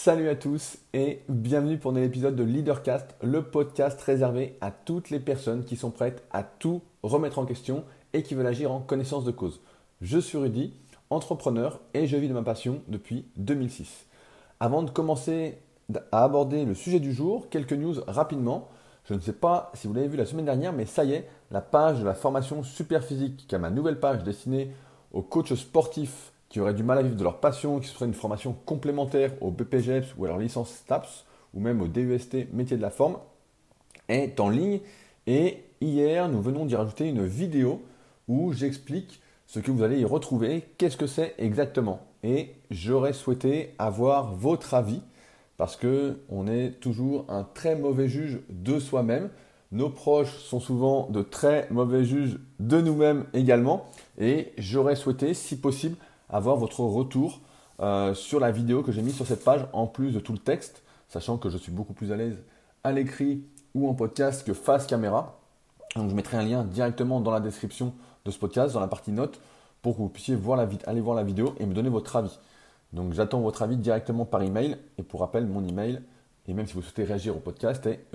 Salut à tous et bienvenue pour un nouvel épisode de Leadercast, le podcast réservé à toutes les personnes qui sont prêtes à tout remettre en question et qui veulent agir en connaissance de cause. Je suis Rudy, entrepreneur et je vis de ma passion depuis 2006. Avant de commencer à aborder le sujet du jour, quelques news rapidement. Je ne sais pas si vous l'avez vu la semaine dernière, mais ça y est, la page de la formation Superphysique, qui est ma nouvelle page destinée aux coachs sportifs qui auraient du mal à vivre de leur passion, qui seraient une formation complémentaire au BPGEPS ou à leur licence STAPS, ou même au DEST métier de la forme, est en ligne. Et hier, nous venons d'y rajouter une vidéo où j'explique ce que vous allez y retrouver, qu'est-ce que c'est exactement. Et j'aurais souhaité avoir votre avis, parce qu'on est toujours un très mauvais juge de soi-même. Nos proches sont souvent de très mauvais juges de nous-mêmes également. Et j'aurais souhaité, si possible, avoir votre retour sur la vidéo que j'ai mise sur cette page, en plus de tout le texte, sachant que je suis beaucoup plus à l'aise à l'écrit ou en podcast que face caméra. Donc je mettrai un lien directement dans la description de ce podcast, dans la partie notes, pour que vous puissiez aller voir la vidéo et me donner votre avis. Donc j'attends votre avis directement par email. Et pour rappel, mon email, et même si vous souhaitez réagir au podcast, est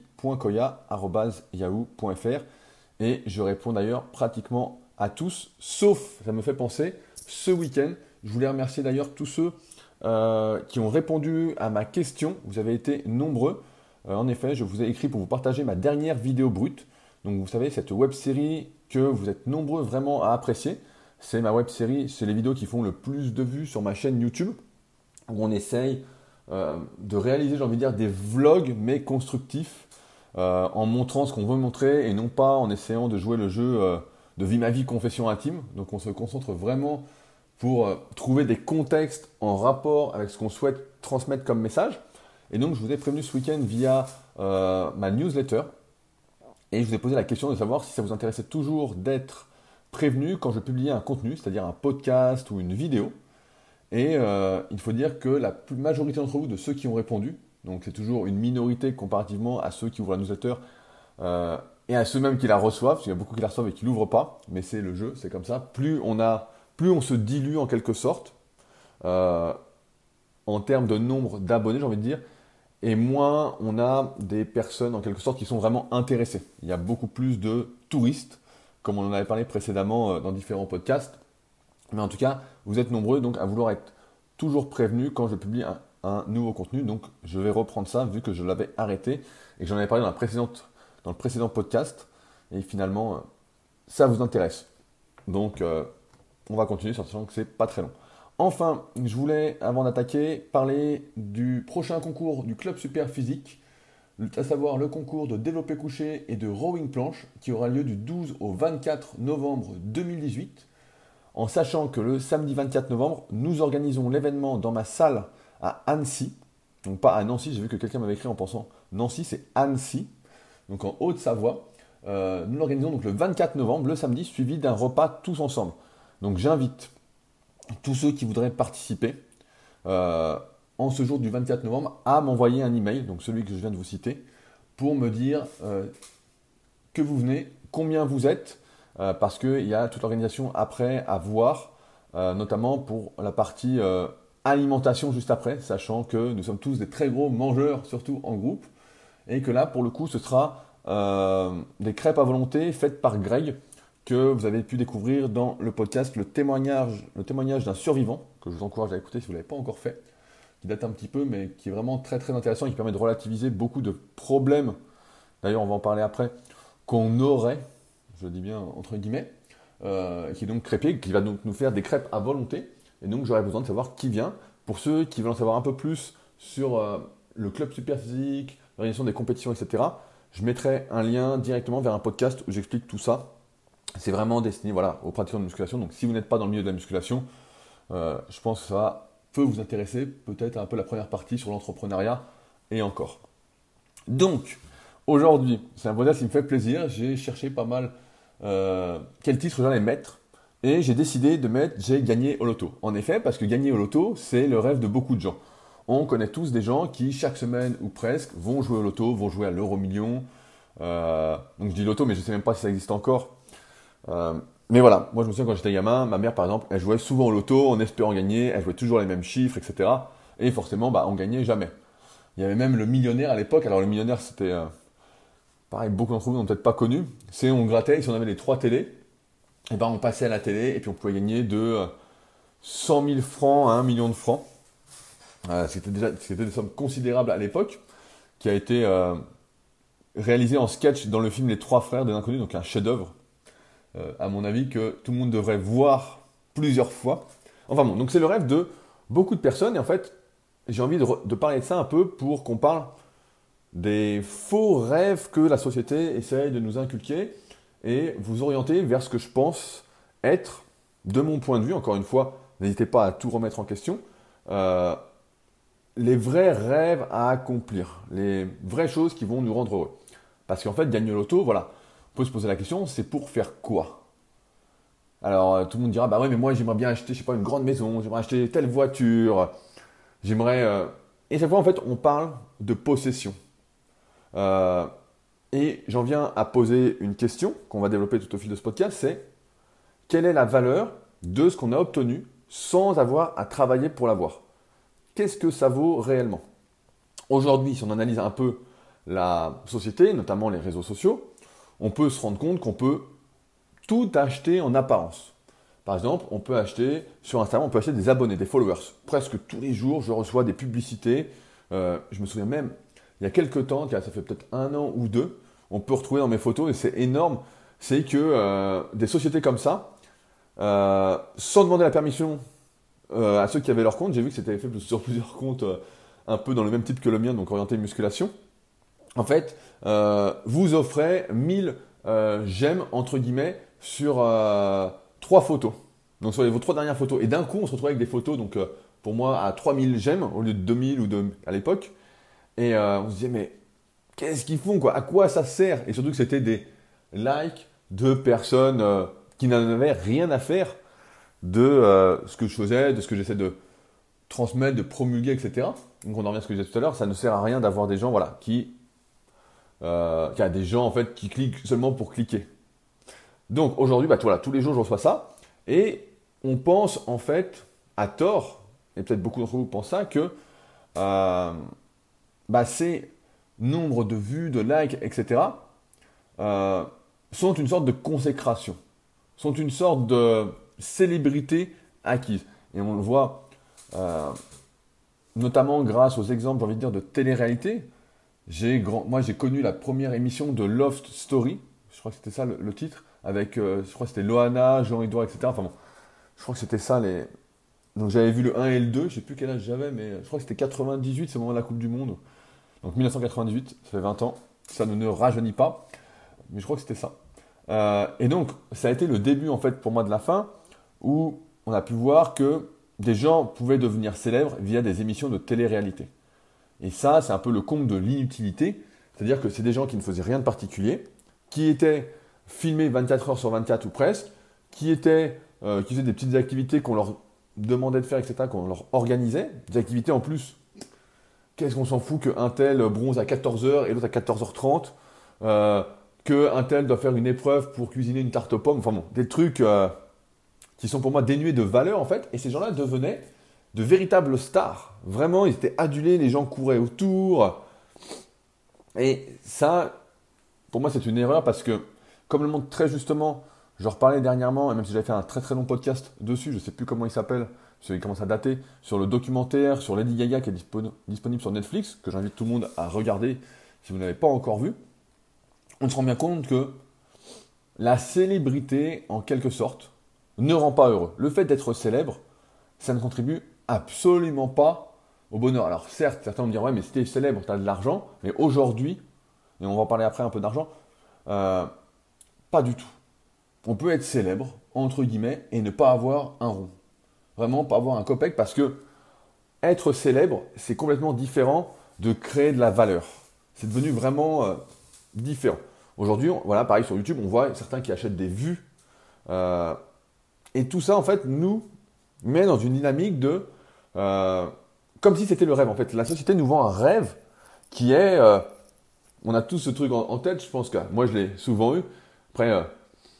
rudy.koya@yahoo.fr. Et je réponds d'ailleurs pratiquement à tous, sauf, ça me fait penser, ce week-end. Je voulais remercier d'ailleurs tous ceux qui ont répondu à ma question. Vous avez été nombreux. En effet, je vous ai écrit pour vous partager ma dernière vidéo brute. Donc vous savez, cette web-série que vous êtes nombreux vraiment à apprécier. C'est ma web-série, c'est les vidéos qui font le plus de vues sur ma chaîne YouTube, où on essaye de réaliser, j'ai envie de dire, des vlogs, mais constructifs, en montrant ce qu'on veut montrer et non pas en essayant de jouer le jeu de vie ma vie, confession intime. Donc on se concentre vraiment pour trouver des contextes en rapport avec ce qu'on souhaite transmettre comme message. Et donc je vous ai prévenu ce week-end via ma newsletter et je vous ai posé la question de savoir si ça vous intéressait toujours d'être prévenu quand je publiais un contenu, c'est-à-dire un podcast ou une vidéo. Et il faut dire que la majorité d'entre vous, de ceux qui ont répondu, donc c'est toujours une minorité comparativement à ceux qui ouvrent la newsletter et à ceux même qui la reçoivent, parce qu'il y a beaucoup qui la reçoivent et qui ne l'ouvrent pas, mais c'est le jeu, c'est comme ça. Plus on se dilue en quelque sorte, en termes de nombre d'abonnés, j'ai envie de dire, et moins on a des personnes en quelque sorte qui sont vraiment intéressées. Il y a beaucoup plus de touristes, comme on en avait parlé précédemment dans différents podcasts. Mais en tout cas, vous êtes nombreux donc à vouloir être toujours prévenus quand je publie un nouveau contenu. Donc je vais reprendre ça vu que je l'avais arrêté et que j'en avais parlé dans le précédent podcast. Et finalement, ça vous intéresse. Donc on va continuer, sachant que c'est pas très long. Enfin, je voulais, avant d'attaquer, parler du prochain concours du Club Super Physique, à savoir le concours de développé couché et de rowing planche qui aura lieu du 12 au 24 novembre 2018. En sachant que le samedi 24 novembre, nous organisons l'événement dans ma salle à Annecy. Donc pas à Nancy, j'ai vu que quelqu'un m'avait écrit en pensant Nancy, c'est Annecy, donc en Haute-Savoie. Nous l'organisons donc le 24 novembre, le samedi, suivi d'un repas tous ensemble. Donc j'invite tous ceux qui voudraient participer en ce jour du 24 novembre à m'envoyer un email, donc celui que je viens de vous citer, pour me dire que vous venez, combien vous êtes, parce qu'il y a toute l'organisation après à voir, notamment pour la partie alimentation juste après, sachant que nous sommes tous des très gros mangeurs, surtout en groupe, et que là, pour le coup, ce sera des crêpes à volonté faites par Greg, que vous avez pu découvrir dans le podcast le témoignage d'un survivant, que je vous encourage à écouter si vous ne l'avez pas encore fait, qui date un petit peu, mais qui est vraiment très très intéressant et qui permet de relativiser beaucoup de problèmes, d'ailleurs on va en parler après, qu'on aurait, je le dis bien entre guillemets, qui est donc crêpier, qui va donc nous faire des crêpes à volonté. Et donc j'aurais besoin de savoir qui vient. Pour ceux qui veulent en savoir un peu plus sur le club super physique, l'organisation des compétitions, etc., je mettrai un lien directement vers un podcast où j'explique tout ça. C'est vraiment destiné aux pratiquants de musculation. Donc si vous n'êtes pas dans le milieu de la musculation, je pense que ça peut vous intéresser, peut-être un peu la première partie sur l'entrepreneuriat et encore. Donc, aujourd'hui, c'est un podcast qui me fait plaisir. J'ai cherché pas mal quel titre j'allais mettre et j'ai décidé de mettre j'ai gagné au loto. En effet, parce que gagner au loto, c'est le rêve de beaucoup de gens. On connaît tous des gens qui, chaque semaine ou presque, vont jouer au loto, vont jouer à l'euro-million. Donc je dis loto, mais je ne sais même pas si ça existe encore. Mais voilà, moi je me souviens quand j'étais gamin, ma mère par exemple, elle jouait souvent au loto en espérant gagner, elle jouait toujours les mêmes chiffres, etc. Et forcément, on gagnait jamais. Il y avait même le millionnaire à l'époque. Alors le millionnaire, c'était, pareil, beaucoup d'entre vous n'ont peut-être pas connu. C'est on grattait, si on avait les 3 télés, et on passait à la télé et puis on pouvait gagner de 100 000 francs à 1 million de francs. C'était des sommes considérables à l'époque, qui a été réalisé en sketch dans le film Les Trois Frères de l'Inconnu, donc un chef-d'œuvre, à mon avis, que tout le monde devrait voir plusieurs fois. Enfin bon, donc c'est le rêve de beaucoup de personnes, et en fait, j'ai envie de parler de ça un peu pour qu'on parle des faux rêves que la société essaye de nous inculquer et vous orienter vers ce que je pense être, de mon point de vue, encore une fois, n'hésitez pas à tout remettre en question, les vrais rêves à accomplir, les vraies choses qui vont nous rendre heureux. Parce qu'en fait, gagner au loto, voilà, on peut se poser la question, c'est pour faire quoi? Alors, tout le monde dira, bah ouais, mais moi, j'aimerais bien acheter, je sais pas, une grande maison, j'aimerais acheter telle voiture, j'aimerais... Et chaque fois, en fait, on parle de possession. Et j'en viens à poser une question qu'on va développer tout au fil de ce podcast, c'est quelle est la valeur de ce qu'on a obtenu sans avoir à travailler pour l'avoir? Qu'est-ce que ça vaut réellement? Aujourd'hui, si on analyse un peu la société, notamment les réseaux sociaux, on peut se rendre compte qu'on peut tout acheter en apparence. Par exemple, on peut acheter sur Instagram, on peut acheter des abonnés, des followers. Presque tous les jours, je reçois des publicités. Je me souviens même, il y a quelques temps, ça fait peut-être 1 an ou 2, on peut retrouver dans mes photos, et c'est énorme, c'est que des sociétés comme ça, sans demander la permission à ceux qui avaient leur compte, j'ai vu que c'était fait sur plusieurs comptes un peu dans le même type que le mien, donc orienté musculation. En fait, vous offrez 1000 j'aime, entre guillemets, sur 3 photos. Donc sur vos 3 dernières photos. Et d'un coup, on se retrouve avec des photos, donc pour moi, à 3000 j'aime, au lieu de 2000 ou à l'époque. Et on se disait, mais qu'est-ce qu'ils font, quoi? À quoi ça sert? Et surtout que c'était des likes de personnes qui n'en avaient rien à faire de ce que je faisais, de ce que j'essaie de transmettre, de promulguer, etc. Donc on en revient à ce que je disais tout à l'heure, ça ne sert à rien d'avoir des gens qui a des gens en fait qui cliquent seulement pour cliquer. Donc aujourd'hui, voilà, tous les jours je reçois ça et on pense en fait à tort, et peut-être beaucoup d'entre vous pensent ça, que ces nombres de vues, de likes, etc. Sont une sorte de consécration, sont une sorte de célébrité acquise. Et on le voit notamment grâce aux exemples, j'ai envie de dire, de télé-réalité. Moi, j'ai connu la première émission de Love Story, je crois que c'était ça le titre, avec, je crois que c'était Loana, Jean-Edouard, etc. Enfin bon, je crois que c'était ça les... Donc j'avais vu le 1 et le 2, je sais plus quel âge j'avais, mais je crois que c'était 98, c'est le moment de la Coupe du Monde. Donc 1998, ça fait 20 ans, ça ne rajeunit pas, mais je crois que c'était ça. Et donc, ça a été le début, en fait, pour moi, de la fin, où on a pu voir que des gens pouvaient devenir célèbres via des émissions de télé-réalité. Et ça, c'est un peu le comble de l'inutilité, c'est-à-dire que c'est des gens qui ne faisaient rien de particulier, qui étaient filmés 24 heures sur 24 ou presque, qui faisaient des petites activités qu'on leur demandait de faire, etc., qu'on leur organisait, des activités en plus. Qu'est-ce qu'on s'en fout qu'un tel bronze à 14 heures et l'autre à 14h30, qu'un tel doit faire une épreuve pour cuisiner une tarte aux pommes, enfin bon, des trucs qui sont pour moi dénués de valeur en fait, et ces gens-là devenaient de véritables stars. Vraiment, ils étaient adulés, les gens couraient autour. Et ça, pour moi, c'est une erreur parce que, comme le montre très justement, je reparlais dernièrement, et même si j'avais fait un très très long podcast dessus, je ne sais plus comment il s'appelle, parce qu'il commence à dater, sur le documentaire sur Lady Gaga qui est disponible sur Netflix, que j'invite tout le monde à regarder si vous n'avez pas encore vu. On se rend bien compte que la célébrité, en quelque sorte, ne rend pas heureux. Le fait d'être célèbre, ça ne contribue absolument pas au bonheur. Alors certes, certains vont me dire, ouais, mais si tu es célèbre, tu as de l'argent, mais aujourd'hui, et on va en parler après un peu d'argent, pas du tout. On peut être célèbre, entre guillemets, et ne pas avoir un rond. Vraiment, pas avoir un copec, parce que être célèbre, c'est complètement différent de créer de la valeur. C'est devenu vraiment différent. Aujourd'hui, voilà, pareil sur YouTube, on voit certains qui achètent des vues. Et tout ça, en fait, nous met dans une dynamique de... comme si c'était le rêve, en fait. La société nous vend un rêve qui est... on a tous ce truc en tête, je pense que moi, je l'ai souvent eu. Après,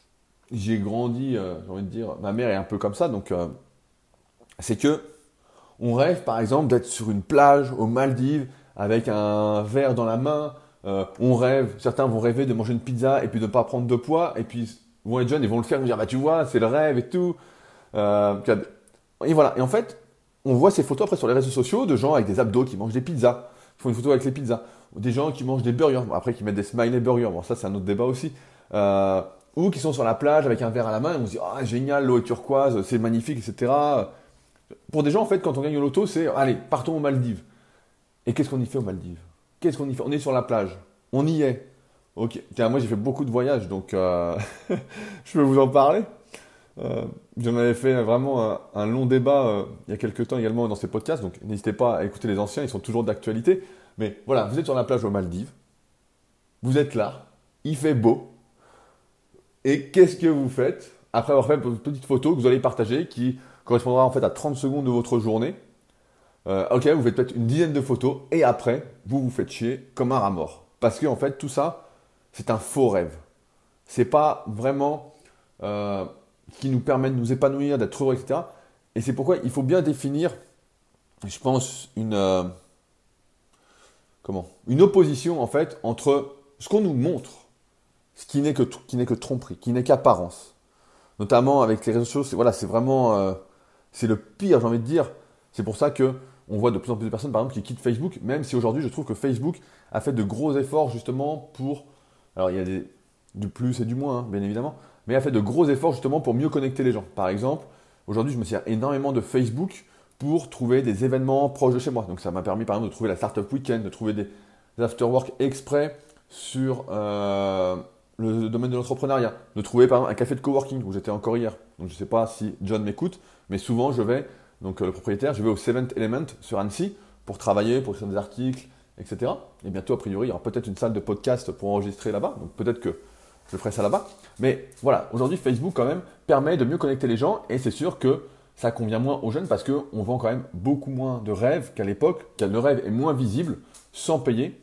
j'ai grandi, j'ai envie de dire, ma mère est un peu comme ça, donc c'est que On rêve par exemple d'être sur une plage aux Maldives avec un verre dans la main. Certains vont rêver de manger une pizza et puis de ne pas prendre de poids. Et puis ils vont être jeunes et vont le faire, ils vont dire bah tu vois, c'est le rêve et tout. Et voilà. Et en fait, on voit ces photos après sur les réseaux sociaux de gens avec des abdos qui mangent des pizzas, qui font une photo avec les pizzas. Ou des gens qui mangent des burgers. Bon, après, qui mettent des smiley burgers. Bon, ça, c'est un autre débat aussi. Ou qui sont sur la plage avec un verre à la main et on se dit ah génial, l'eau est turquoise, c'est magnifique, etc. Pour des gens, en fait, quand on gagne au loto, c'est allez, partons aux Maldives. Et qu'est-ce qu'on y fait aux Maldives? Qu'est-ce qu'on y fait? On est sur la plage. On y est. Ok. Tiens, moi, j'ai fait beaucoup de voyages, donc je peux vous en parler. J'en avais fait vraiment un long débat il y a quelques temps également dans ces podcasts, donc n'hésitez pas à écouter les anciens, ils sont toujours d'actualité. Mais voilà, vous êtes sur la plage aux Maldives, vous êtes là, il fait beau, et qu'est-ce que vous faites après avoir fait une petite photo que vous allez partager qui correspondra en fait à 30 secondes de votre journée? Ok, vous faites peut-être une dizaine de photos, et après, vous vous faites chier comme un rat mort. Parce que en fait, tout ça, c'est un faux rêve. C'est pas vraiment qui nous permet de nous épanouir, d'être heureux, etc. Et c'est pourquoi il faut bien définir, je pense, une opposition en fait entre ce qu'on nous montre, ce qui n'est que tromperie, qui n'est qu'apparence. Notamment avec les réseaux sociaux, c'est vraiment c'est le pire, j'ai envie de dire. C'est pour ça que on voit de plus en plus de personnes, par exemple, qui quittent Facebook, même si aujourd'hui, je trouve que Facebook a fait de gros efforts justement pour. Alors, il y a du plus et du moins, hein, bien évidemment, mais a fait de gros efforts justement pour mieux connecter les gens. Par exemple, aujourd'hui, je me sers énormément de Facebook pour trouver des événements proches de chez moi. Donc, ça m'a permis, par exemple, de trouver la Startup Weekend, de trouver des after-work exprès sur le domaine de l'entrepreneuriat, de trouver, par exemple, un café de coworking où j'étais encore hier. Donc, je ne sais pas si John m'écoute, mais souvent, je vais. Donc le propriétaire, je vais au Seventh Element sur Annecy pour travailler, pour écrire des articles, etc. Et bientôt, a priori, il y aura peut-être une salle de podcast pour enregistrer là-bas. Donc peut-être que je ferai ça là-bas. Mais voilà, aujourd'hui, Facebook quand même permet de mieux connecter les gens et c'est sûr que ça convient moins aux jeunes parce qu'on vend quand même beaucoup moins de rêves qu'à l'époque, le rêve est moins visible sans payer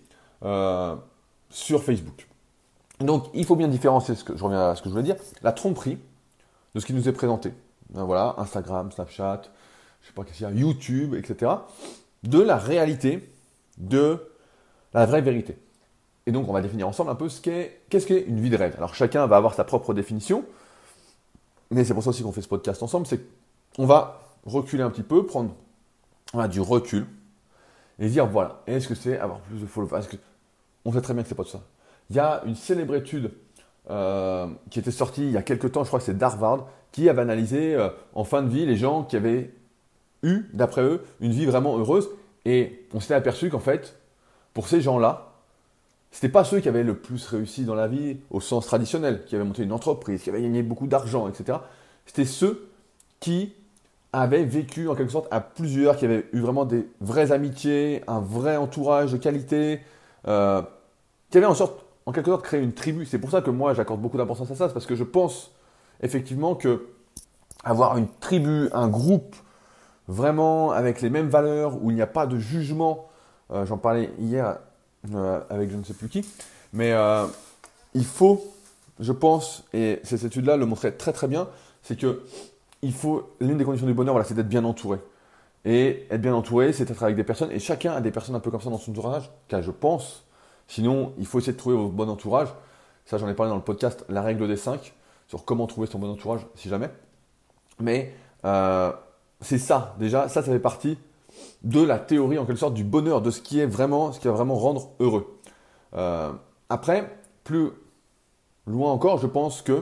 sur Facebook. Donc il faut bien différencier, je reviens à ce que je voulais dire, la tromperie de ce qui nous est présenté. Voilà, Instagram, Snapchat, je sais pas qu'est-ce qu'il y a, YouTube, etc., de la réalité, de la vraie vérité. Et donc, on va définir ensemble un peu qu'est-ce qu'est une vie de rêve. Alors, chacun va avoir sa propre définition, mais c'est pour ça aussi qu'on fait ce podcast ensemble, c'est qu'on va reculer un petit peu, prendre du recul, et dire, voilà, est-ce que c'est avoir plus de followers? On sait très bien que c'est pas tout ça. Il y a une célèbre étude qui était sortie il y a quelques temps, je crois que c'est d'Harvard, qui avait analysé en fin de vie les gens qui avaient eu, d'après eux, une vie vraiment heureuse. Et on s'était aperçu qu'en fait, pour ces gens-là, c'était pas ceux qui avaient le plus réussi dans la vie au sens traditionnel, qui avaient monté une entreprise, qui avaient gagné beaucoup d'argent, etc. C'était ceux qui avaient vécu en quelque sorte à plusieurs, qui avaient eu vraiment des vraies amitiés, un vrai entourage de qualité, qui avaient en quelque sorte créé une tribu. C'est pour ça que moi j'accorde beaucoup d'importance à ça, c'est parce que je pense effectivement que avoir une tribu, un groupe vraiment avec les mêmes valeurs, où il n'y a pas de jugement, j'en parlais hier avec je ne sais plus qui, mais il faut, je pense, et cette étude-là le montrait très très bien, c'est que l'une des conditions du bonheur, voilà, c'est d'être bien entouré. Et être bien entouré, c'est être avec des personnes, et chacun a des personnes un peu comme ça dans son entourage, car je pense, sinon il faut essayer de trouver votre bon entourage. Ça, j'en ai parlé dans le podcast La règle des 5, sur comment trouver son bon entourage, si jamais. Mais c'est ça, déjà, ça fait partie de la théorie, en quelque sorte, du bonheur, de ce qui va vraiment rendre heureux. Après, plus loin encore, je pense que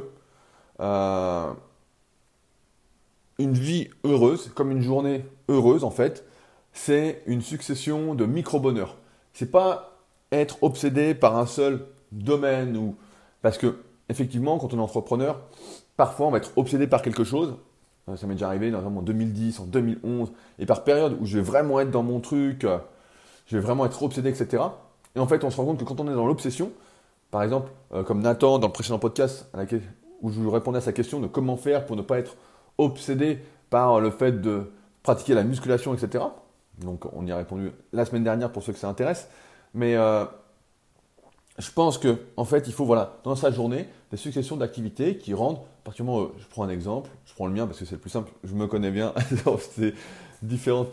une vie heureuse, comme une journée heureuse, en fait, c'est une succession de micro-bonheurs. C'est pas être obsédé par un seul domaine, parce que, effectivement, quand on est entrepreneur, parfois on va être obsédé par quelque chose. Ça m'est déjà arrivé notamment en 2010, en 2011, et par période où je vais vraiment être dans mon truc, je vais vraiment être obsédé, etc. Et en fait, on se rend compte que quand on est dans l'obsession, par exemple, comme Nathan dans le précédent podcast, où je lui répondais à sa question de comment faire pour ne pas être obsédé par le fait de pratiquer la musculation, etc. Donc, on y a répondu la semaine dernière pour ceux que ça intéresse. Mais je pense que, en fait, il faut, voilà, dans sa journée, des successions d'activités qui rendent, particulièrement, je prends un exemple, je prends le mien parce que c'est le plus simple, je me connais bien, ces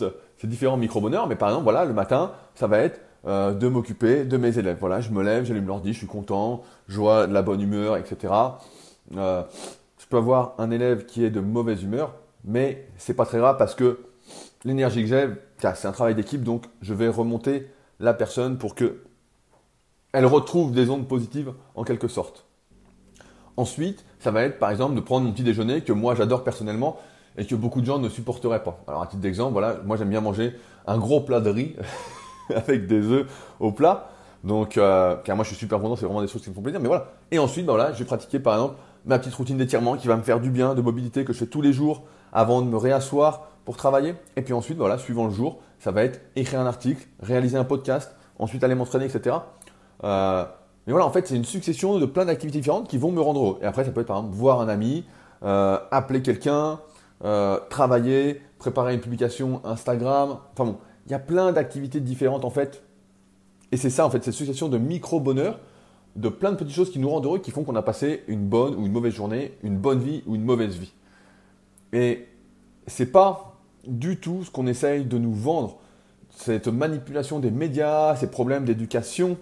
c'est différents micro-bonheurs, mais par exemple, voilà, le matin, ça va être de m'occuper de mes élèves. Voilà, je me lève, j'allume l'ordi, je suis content, je vois de la bonne humeur, etc. Je peux avoir un élève qui est de mauvaise humeur, mais c'est pas très grave parce que l'énergie que j'ai, c'est un travail d'équipe, donc je vais remonter la personne pour que elle retrouve des ondes positives en quelque sorte. Ensuite, ça va être par exemple de prendre mon petit déjeuner que moi j'adore personnellement et que beaucoup de gens ne supporteraient pas. Alors à titre d'exemple, voilà, moi j'aime bien manger un gros plat de riz avec des œufs au plat. Donc, car moi je suis super content, c'est vraiment des choses qui me font plaisir. Mais voilà. Et ensuite, bah voilà, je vais pratiquer par exemple ma petite routine d'étirement qui va me faire du bien, de mobilité que je fais tous les jours avant de me réasseoir pour travailler. Et puis ensuite, voilà, suivant le jour, ça va être écrire un article, réaliser un podcast, ensuite aller m'entraîner, etc. Mais voilà, en fait, c'est une succession de plein d'activités différentes qui vont me rendre heureux. Et après, ça peut être par exemple voir un ami, appeler quelqu'un, travailler, préparer une publication Instagram. Enfin bon, il y a plein d'activités différentes en fait. Et c'est ça en fait, cette succession de micro-bonheurs, de plein de petites choses qui nous rendent heureux, qui font qu'on a passé une bonne ou une mauvaise journée, une bonne vie ou une mauvaise vie. Et c'est pas du tout ce qu'on essaye de nous vendre. Cette manipulation des médias, ces problèmes d'éducation.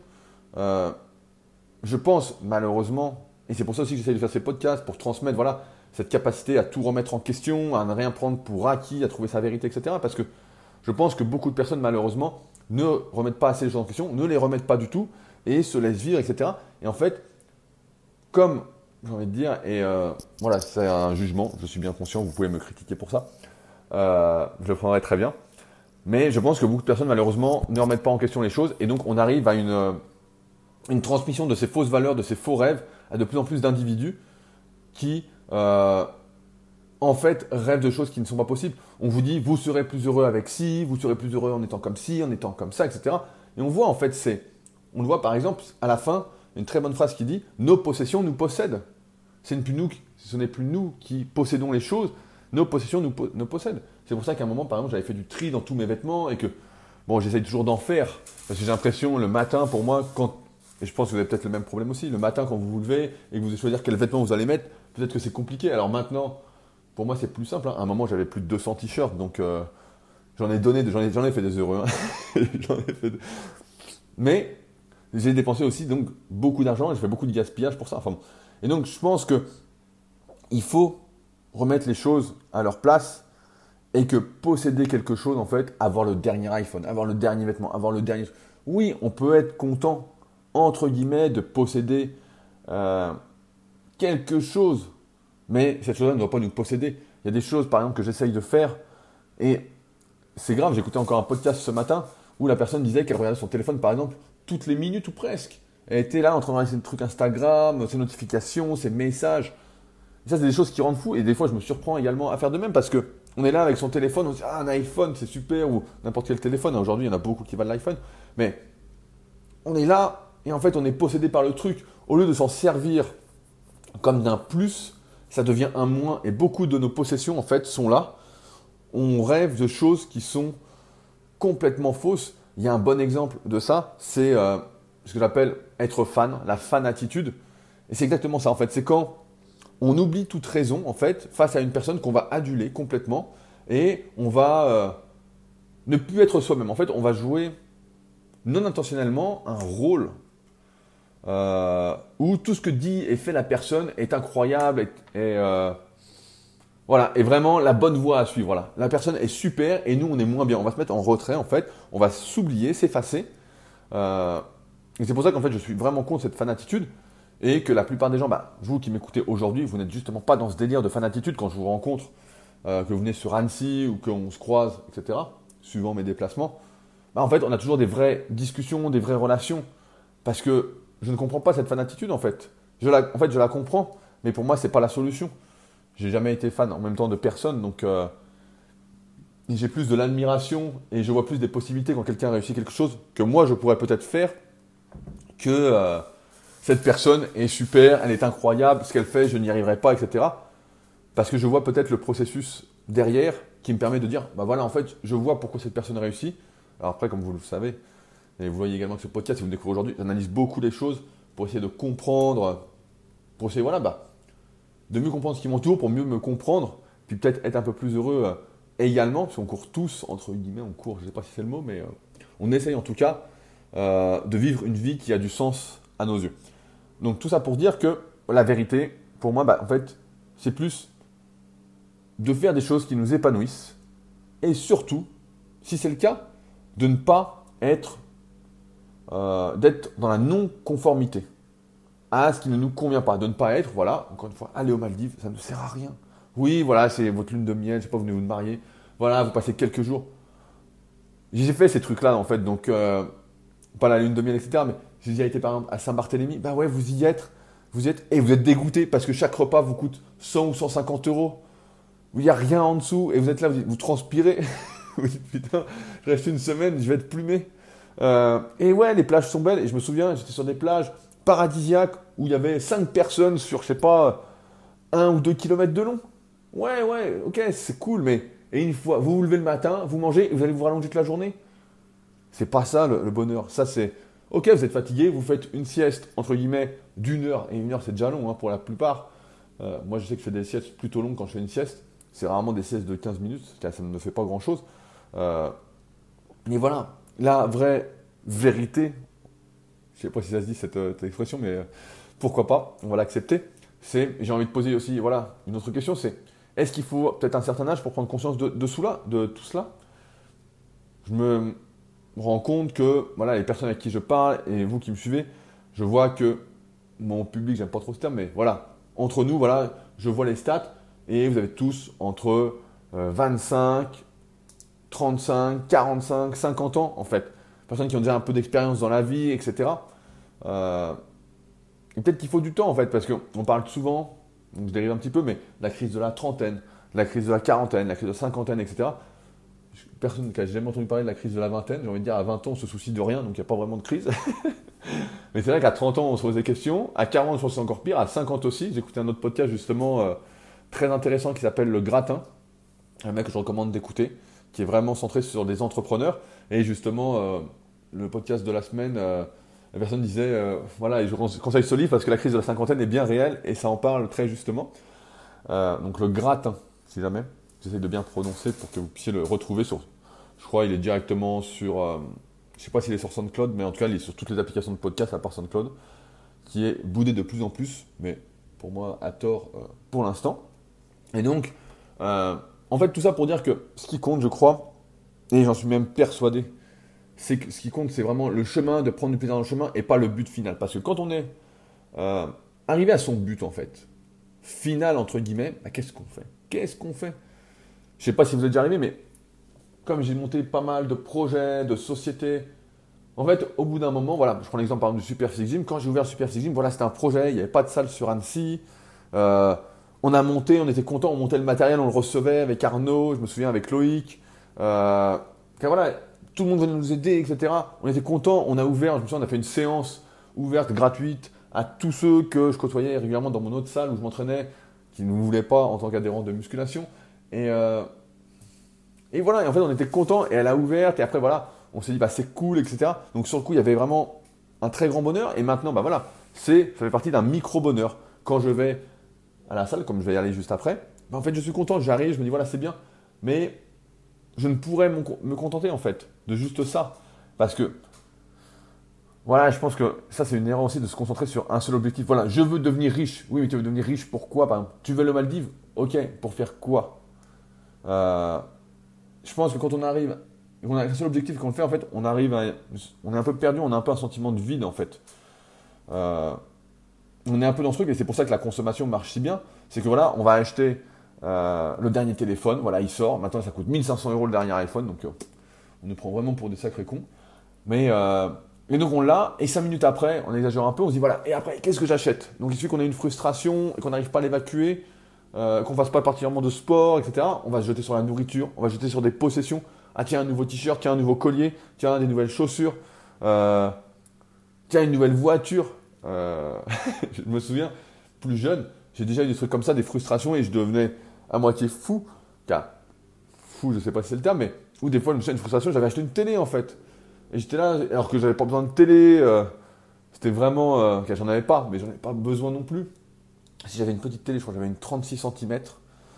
Je pense malheureusement, et c'est pour ça aussi que j'essaie de faire ces podcasts, pour transmettre voilà, cette capacité à tout remettre en question, à ne rien prendre pour acquis, à trouver sa vérité, etc. Parce que je pense que beaucoup de personnes malheureusement ne remettent pas assez les choses en question, ne les remettent pas du tout et se laissent vivre, etc. Et en fait, comme j'ai envie de dire, et voilà, c'est un jugement, je suis bien conscient, vous pouvez me critiquer pour ça, je le prendrai très bien. Mais je pense que beaucoup de personnes malheureusement ne remettent pas en question les choses et donc on arrive à une transmission de ces fausses valeurs, de ces faux rêves à de plus en plus d'individus qui, en fait, rêvent de choses qui ne sont pas possibles. On vous dit, vous serez plus heureux avec ci, vous serez plus heureux en étant comme ci, en étant comme ça, etc. Et on voit, en fait, on le voit par exemple, à la fin, une très bonne phrase qui dit, nos possessions nous possèdent. Ce n'est plus nous qui possédons les choses, nos possessions nous possèdent. C'est pour ça qu'à un moment, par exemple, j'avais fait du tri dans tous mes vêtements et que, bon, j'essaye toujours d'en faire. Parce que j'ai l'impression, le matin, pour moi, et je pense que vous avez peut-être le même problème aussi, le matin, quand vous vous levez et que vous devez choisir quel vêtement vous allez mettre, peut-être que c'est compliqué. Alors maintenant, pour moi, c'est plus simple. Hein. À un moment, j'avais plus de 200 t-shirts, donc j'en ai fait des heureux. Hein. Mais j'ai dépensé aussi donc beaucoup d'argent et j'ai fait beaucoup de gaspillage pour ça. Enfin, bon. Et donc, je pense que il faut remettre les choses à leur place et que posséder quelque chose, en fait, avoir le dernier iPhone, avoir le dernier vêtement, avoir le dernier... Oui, on peut être content, entre guillemets, de posséder quelque chose, mais cette chose-là ne doit pas nous posséder. Il y a des choses, par exemple, que j'essaye de faire et c'est grave. J'écoutais encore un podcast ce matin où la personne disait qu'elle regardait son téléphone, par exemple, toutes les minutes ou presque. Elle était là en train de regarder ses trucs Instagram, ses notifications, ses messages. Et ça, c'est des choses qui rendent fou. Et des fois, je me surprends également à faire de même parce que on est là avec son téléphone, on se dit ah, un iPhone, c'est super, ou n'importe quel téléphone. Aujourd'hui, il y en a beaucoup qui valent l'iPhone. Mais on est là et en fait, on est possédé par le truc. Au lieu de s'en servir comme d'un plus, ça devient un moins. Et beaucoup de nos possessions, en fait, sont là. On rêve de choses qui sont complètement fausses. Il y a un bon exemple de ça, c'est ce que j'appelle être fan, la fan-attitude. Et c'est exactement ça, en fait. C'est quand on oublie toute raison, en fait, face à une personne qu'on va aduler complètement et on va ne plus être soi-même. En fait, on va jouer non intentionnellement un rôle où tout ce que dit et fait la personne est incroyable voilà, et vraiment la bonne voie à suivre. Voilà. La personne est super et nous, on est moins bien. On va se mettre en retrait, en fait. On va s'oublier, s'effacer. Et c'est pour ça qu'en fait, je suis vraiment contre cette fan-attitude. Et que la plupart des gens, vous qui m'écoutez aujourd'hui, vous n'êtes justement pas dans ce délire de fan-attitude quand je vous rencontre, que vous venez sur Annecy ou qu'on se croise, etc., suivant mes déplacements. En fait, on a toujours des vraies discussions, des vraies relations. Parce que je ne comprends pas cette fan-attitude, en fait. Je la comprends, mais pour moi, ce n'est pas la solution. J'ai jamais été fan en même temps de personne, donc j'ai plus de l'admiration et je vois plus des possibilités quand quelqu'un réussit quelque chose que moi, je pourrais peut-être faire que... cette personne est super, elle est incroyable, ce qu'elle fait, je n'y arriverai pas, etc. Parce que je vois peut-être le processus derrière qui me permet de dire, voilà, en fait, je vois pourquoi cette personne réussit. Alors après, comme vous le savez, et vous voyez également que ce podcast, si vous me découvrez aujourd'hui, j'analyse beaucoup les choses pour essayer de comprendre, pour essayer, de mieux comprendre ce qui m'entoure, pour mieux me comprendre, puis peut-être être un peu plus heureux également, parce qu'on court tous, entre guillemets, on court, je ne sais pas si c'est le mot, mais on essaye en tout cas de vivre une vie qui a du sens à nos yeux. Donc tout ça pour dire que la vérité, pour moi, en fait, c'est plus de faire des choses qui nous épanouissent et surtout, si c'est le cas, de ne pas être, d'être dans la non-conformité à ce qui ne nous convient pas, de ne pas être, voilà, encore une fois, aller aux Maldives, ça ne sert à rien. Oui, voilà, c'est votre lune de miel, je sais pas, vous venez vous marier, voilà, vous passez quelques jours. J'ai fait ces trucs-là, en fait, donc, pas la lune de miel, etc., mais j'ai déjà été, par exemple, à Saint-Barthélemy, bah ouais, vous y êtes, et vous êtes dégoûté parce que chaque repas vous coûte 100 ou 150 euros, il n'y a rien en dessous, et vous êtes là, vous transpirez, vous dites, putain, je reste une semaine, je vais être plumé. Et ouais, les plages sont belles, et je me souviens, j'étais sur des plages paradisiaques où il y avait 5 personnes sur, je sais pas, 1 ou 2 kilomètres de long. Ouais, ok, c'est cool, mais et une fois, vous vous levez le matin, vous mangez et vous allez vous rallonger toute la journée. C'est pas ça le bonheur. Ça, c'est ok, vous êtes fatigué, vous faites une sieste, entre guillemets, d'1 heure, et 1 heure c'est déjà long hein, pour la plupart. Moi, je sais que je fais des siestes plutôt longues quand je fais une sieste. C'est rarement des siestes de 15 minutes, car ça ne me fait pas grand chose. Mais voilà, la vraie vérité, je sais pas si ça se dit cette expression, mais pourquoi pas, on va l'accepter. J'ai envie de poser aussi, voilà, une autre question, c'est est-ce qu'il faut peut-être un certain âge pour prendre conscience de tout cela? Je me rends compte que, voilà, les personnes avec qui je parle et vous qui me suivez, je vois que mon public, j'aime pas trop ce terme, mais voilà, entre nous, voilà, je vois les stats et vous avez tous entre 25, 35, 45, 50 ans en fait. Personnes qui ont déjà un peu d'expérience dans la vie, etc. Et peut-être qu'il faut du temps en fait, parce qu'on parle souvent, donc je dérive un petit peu, mais la crise de la trentaine, de la crise de la quarantaine, la crise de la cinquantaine, etc. Personne qui a jamais entendu parler de la crise de la vingtaine, j'ai envie de dire à 20 ans on se soucie de rien, donc il n'y a pas vraiment de crise. Mais c'est vrai qu'à 30 ans on se pose des questions, à 40 je pense que c'est encore pire, à 50 aussi, j'ai écouté un autre podcast justement très intéressant qui s'appelle Le Gratin, un mec que je recommande d'écouter, qui est vraiment centré sur des entrepreneurs, et justement le podcast de la semaine, la personne disait, voilà, et je conseille ce livre parce que la crise de la cinquantaine est bien réelle, et ça en parle très justement. Donc Le Gratin, si jamais. J'essaie de bien prononcer pour que vous puissiez le retrouver sur. Je crois qu'il est directement sur. Je ne sais pas s'il est sur SoundCloud, mais en tout cas, il est sur toutes les applications de podcast à part SoundCloud, qui est boudé de plus en plus, mais pour moi, à tort pour l'instant. Et donc, en fait, tout ça pour dire que ce qui compte, je crois, et j'en suis même persuadé, c'est que ce qui compte, c'est vraiment le chemin, de prendre du plaisir dans le chemin et pas le but final. Parce que quand on est arrivé à son but, en fait, final, entre guillemets, bah, qu'est-ce qu'on fait? Je ne sais pas si vous êtes déjà arrivé, mais comme j'ai monté pas mal de projets, de sociétés, en fait, au bout d'un moment, voilà, je prends l'exemple par exemple du Super Physique Gym. Quand j'ai ouvert le Super Physique Gym, voilà, c'était un projet, il n'y avait pas de salle sur Annecy. On a monté, on était content, on montait le matériel, on le recevait avec Arnaud, je me souviens avec Loïc. Voilà, tout le monde venait nous aider, etc. On était content, on a ouvert, je me souviens, on a fait une séance ouverte, gratuite, à tous ceux que je côtoyais régulièrement dans mon autre salle où je m'entraînais, qui ne voulaient pas en tant qu'adhérents de musculation. Et voilà, et en fait, on était content et elle a ouvert. Et après, voilà, on s'est dit, bah, c'est cool, etc. Donc, sur le coup, il y avait vraiment un très grand bonheur. Et maintenant, bah, voilà, ça fait partie d'un micro-bonheur. Quand je vais à la salle, comme je vais y aller juste après, bah, en fait, je suis content, j'arrive, je me dis, voilà, c'est bien. Mais je ne pourrais me contenter, en fait, de juste ça. Parce que, voilà, je pense que ça, c'est une erreur aussi de se concentrer sur un seul objectif. Voilà, je veux devenir riche. Oui, mais tu veux devenir riche pourquoi, par exemple? Tu veux le Maldives? Ok, pour faire quoi? Je pense que quand on arrive, on a un seul objectif qu'on le fait, en fait, on est un peu perdu, on a un peu un sentiment de vide, en fait. On est un peu dans ce truc, et c'est pour ça que la consommation marche si bien. C'est que voilà, on va acheter le dernier téléphone, voilà, il sort, maintenant ça coûte 1500 euros le dernier iPhone, donc on nous prend vraiment pour des sacrés cons. Et donc on l'a, et 5 minutes après, on exagère un peu, on se dit voilà, et après, qu'est-ce que j'achète? Donc il suffit qu'on ait une frustration, et qu'on n'arrive pas à l'évacuer, qu'on fasse pas particulièrement de sport, etc. On va se jeter sur la nourriture, on va se jeter sur des possessions. Ah tiens, un nouveau t-shirt, tiens, un nouveau collier, tiens, des nouvelles chaussures, tiens, une nouvelle voiture. Je me souviens, plus jeune, j'ai déjà eu des trucs comme ça, des frustrations, et je devenais à moitié fou. Car, fou, je sais pas si c'est le terme, mais où des fois, je me souviens, une frustration, j'avais acheté une télé en fait. Et j'étais là, alors que j'avais pas besoin de télé. C'était vraiment, j'en avais pas, mais j'en avais pas besoin non plus. Si j'avais une petite télé, je crois que j'avais une 36 cm.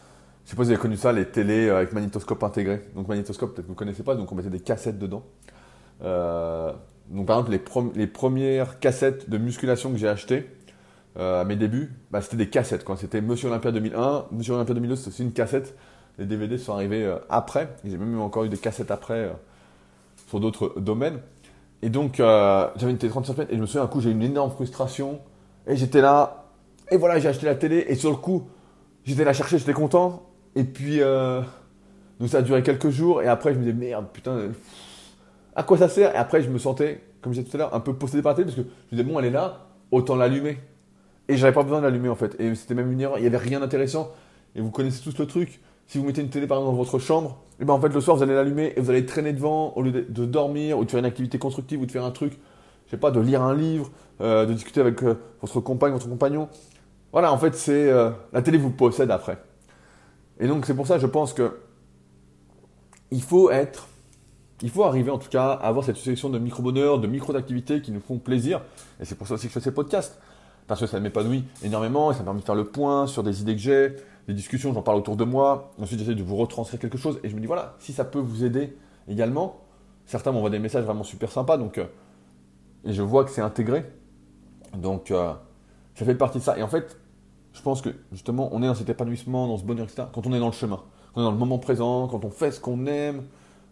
Je sais pas si vous avez connu ça, les télés avec magnétoscope intégré. Donc magnétoscope, peut-être que vous ne connaissez pas, donc on mettait des cassettes dedans. Euh, donc par exemple, les premières cassettes de musculation que j'ai achetées à mes débuts, bah, c'était des cassettes, quoi. C'était Monsieur Olympia 2001, Monsieur Olympia 2002, c'était aussi une cassette. Les DVD sont arrivés après. J'ai même encore eu des cassettes après sur d'autres domaines. Et donc, j'avais une télé 35 mètres et je me souviens, un coup, j'ai eu une énorme frustration. Et j'étais là, et voilà, j'ai acheté la télé. Et sur le coup, j'étais là chercher, j'étais content. Et puis, donc ça a duré quelques jours. Et après, je me disais, merde, putain, à quoi ça sert? Et après, je me sentais, comme je disais tout à l'heure, un peu possédé par la télé parce que je me disais, bon, elle est là, autant l'allumer. Et j'avais pas besoin de l'allumer en fait. Et c'était même une erreur, il n'y avait rien d'intéressant. Et vous connaissez tous le truc. Si vous mettez une télé par exemple dans votre chambre, et ben en fait le soir vous allez l'allumer et vous allez traîner devant au lieu de dormir ou de faire une activité constructive ou de faire un truc, je sais pas, de lire un livre, de discuter avec votre compagne, votre compagnon. Voilà, en fait c'est la télé vous possède après. Et donc c'est pour ça je pense que il faut arriver en tout cas à avoir cette sélection de micro-bonheurs, de micro-activités qui nous font plaisir. Et c'est pour ça aussi que je fais ces podcasts. Parce que ça m'épanouit énormément et ça me permet de faire le point sur des idées que j'ai, des discussions, j'en parle autour de moi. Ensuite, j'essaie de vous retranscrire quelque chose et je me dis voilà, si ça peut vous aider également. Certains m'envoient des messages vraiment super sympas et je vois que c'est intégré. Donc, ça fait partie de ça. Et en fait, je pense que justement, on est dans cet épanouissement, dans ce bonheur, etc. Quand on est dans le chemin, quand on est dans le moment présent, quand on fait ce qu'on aime,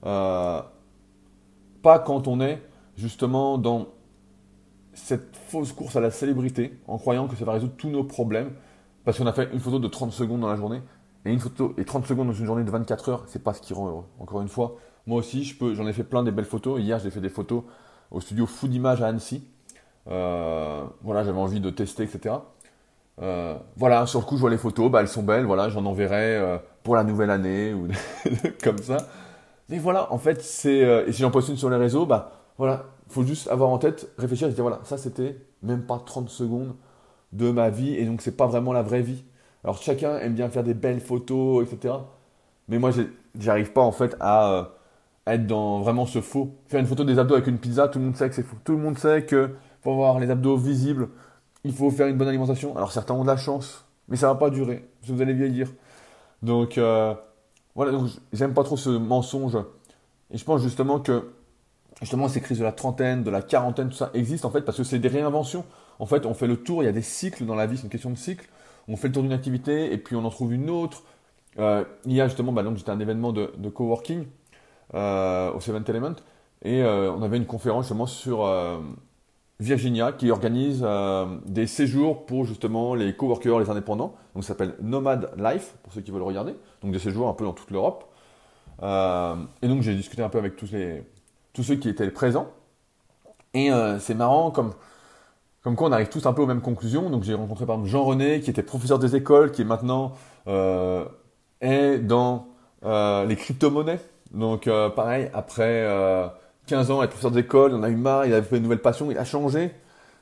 pas quand on est justement dans cette fausse course à la célébrité en croyant que ça va résoudre tous nos problèmes parce qu'on a fait une photo de 30 secondes dans la journée et une photo et 30 secondes dans une journée de 24 heures, c'est pas ce qui rend heureux. Encore une fois, moi aussi, j'en ai fait plein des belles photos. Hier, j'ai fait des photos au studio Food Image à Annecy. Voilà, j'avais envie de tester, etc. Voilà, sur le coup, je vois les photos, bah, elles sont belles. Voilà, j'en enverrai pour la nouvelle année ou comme ça. Mais voilà, en fait, et si j'en poste une sur les réseaux, bah voilà, faut juste avoir en tête, réfléchir et se dire voilà, ça c'était même pas 30 secondes de ma vie et donc c'est pas vraiment la vraie vie. Alors chacun aime bien faire des belles photos, etc. Mais moi, j'arrive pas en fait à être dans vraiment ce faux. Faire une photo des abdos avec une pizza, tout le monde sait que c'est faux. Tout le monde sait que pour avoir les abdos visibles, il faut faire une bonne alimentation. Alors certains ont de la chance, mais ça va pas durer, parce que vous allez vieillir. Donc voilà, donc j'aime pas trop ce mensonge. Et je pense justement que ces crises de la trentaine, de la quarantaine, tout ça existe en fait parce que c'est des réinventions. En fait, on fait le tour, il y a des cycles dans la vie, c'est une question de cycle. On fait le tour d'une activité et puis on en trouve une autre. Il y a justement, donc j'étais à un événement de coworking au Seventh Element et on avait une conférence justement sur Virginia qui organise des séjours pour justement les coworkers, les indépendants. Donc ça s'appelle Nomad Life pour ceux qui veulent regarder. Donc des séjours un peu dans toute l'Europe. Et donc j'ai discuté un peu avec tous ceux qui étaient présents. Et c'est marrant comme quoi on arrive tous un peu aux mêmes conclusions. Donc j'ai rencontré par exemple Jean-René qui était professeur des écoles, qui est maintenant est dans les crypto-monnaies. Donc pareil, après 15 ans à être professeur d'école, il en a eu marre, il avait fait une nouvelle passion, il a changé.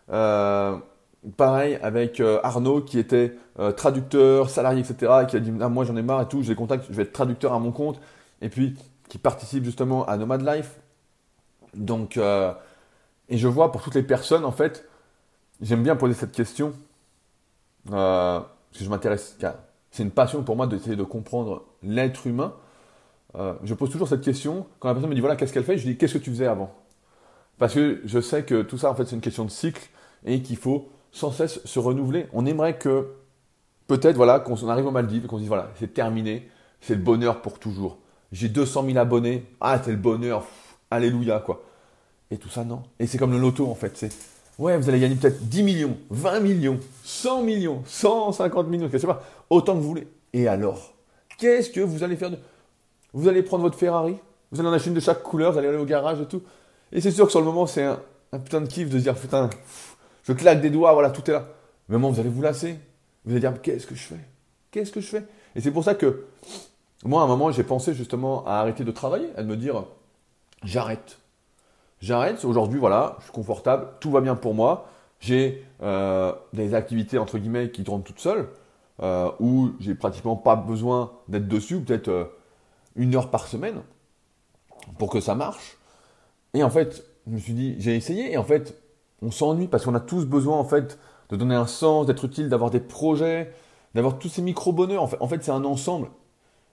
Pareil avec Arnaud qui était traducteur, salarié, etc. Et qui a dit ah, moi j'en ai marre et tout, je les contacte, je vais être traducteur à mon compte. Et puis qui participe justement à Nomad Life. Donc, et je vois pour toutes les personnes, en fait, j'aime bien poser cette question, parce que je m'intéresse, c'est une passion pour moi d'essayer de comprendre l'être humain. Je pose toujours cette question, quand la personne me dit voilà, qu'est-ce qu'elle fait, je lui dis qu'est-ce que tu faisais avant? Parce que je sais que tout ça, en fait, c'est une question de cycle et qu'il faut sans cesse se renouveler. On aimerait que, peut-être, voilà, qu'on arrive aux Maldives et qu'on se dise voilà, c'est terminé, c'est le bonheur pour toujours. J'ai 200 000 abonnés, ah, c'est le bonheur, alléluia, quoi. Et tout ça, non. Et c'est comme le loto, en fait. C'est, ouais, vous allez gagner peut-être 10 millions, 20 millions, 100 millions, 150 millions, je ne sais pas, autant que vous voulez. Et alors, qu'est-ce que vous allez faire de... Vous allez prendre votre Ferrari, vous allez en acheter une de chaque couleur, vous allez aller au garage et tout. Et c'est sûr que sur le moment, c'est un putain de kiff de se dire, putain, je claque des doigts, voilà, tout est là. Mais au moment, vous allez vous lasser. Vous allez dire, qu'est-ce que je fais? Qu'est-ce que je fais? Et c'est pour ça que, moi, à un moment, j'ai pensé justement à arrêter de travailler, à me dire, j'arrête. J'arrête, aujourd'hui, voilà, je suis confortable, tout va bien pour moi. J'ai des activités, entre guillemets, qui tournent toutes seules, où j'ai pratiquement pas besoin d'être dessus, ou peut-être 1 heure par semaine, pour que ça marche. Et en fait, je me suis dit, j'ai essayé, et en fait, on s'ennuie, parce qu'on a tous besoin, en fait, de donner un sens, d'être utile, d'avoir des projets, d'avoir tous ces micro-bonheurs. En fait c'est un ensemble.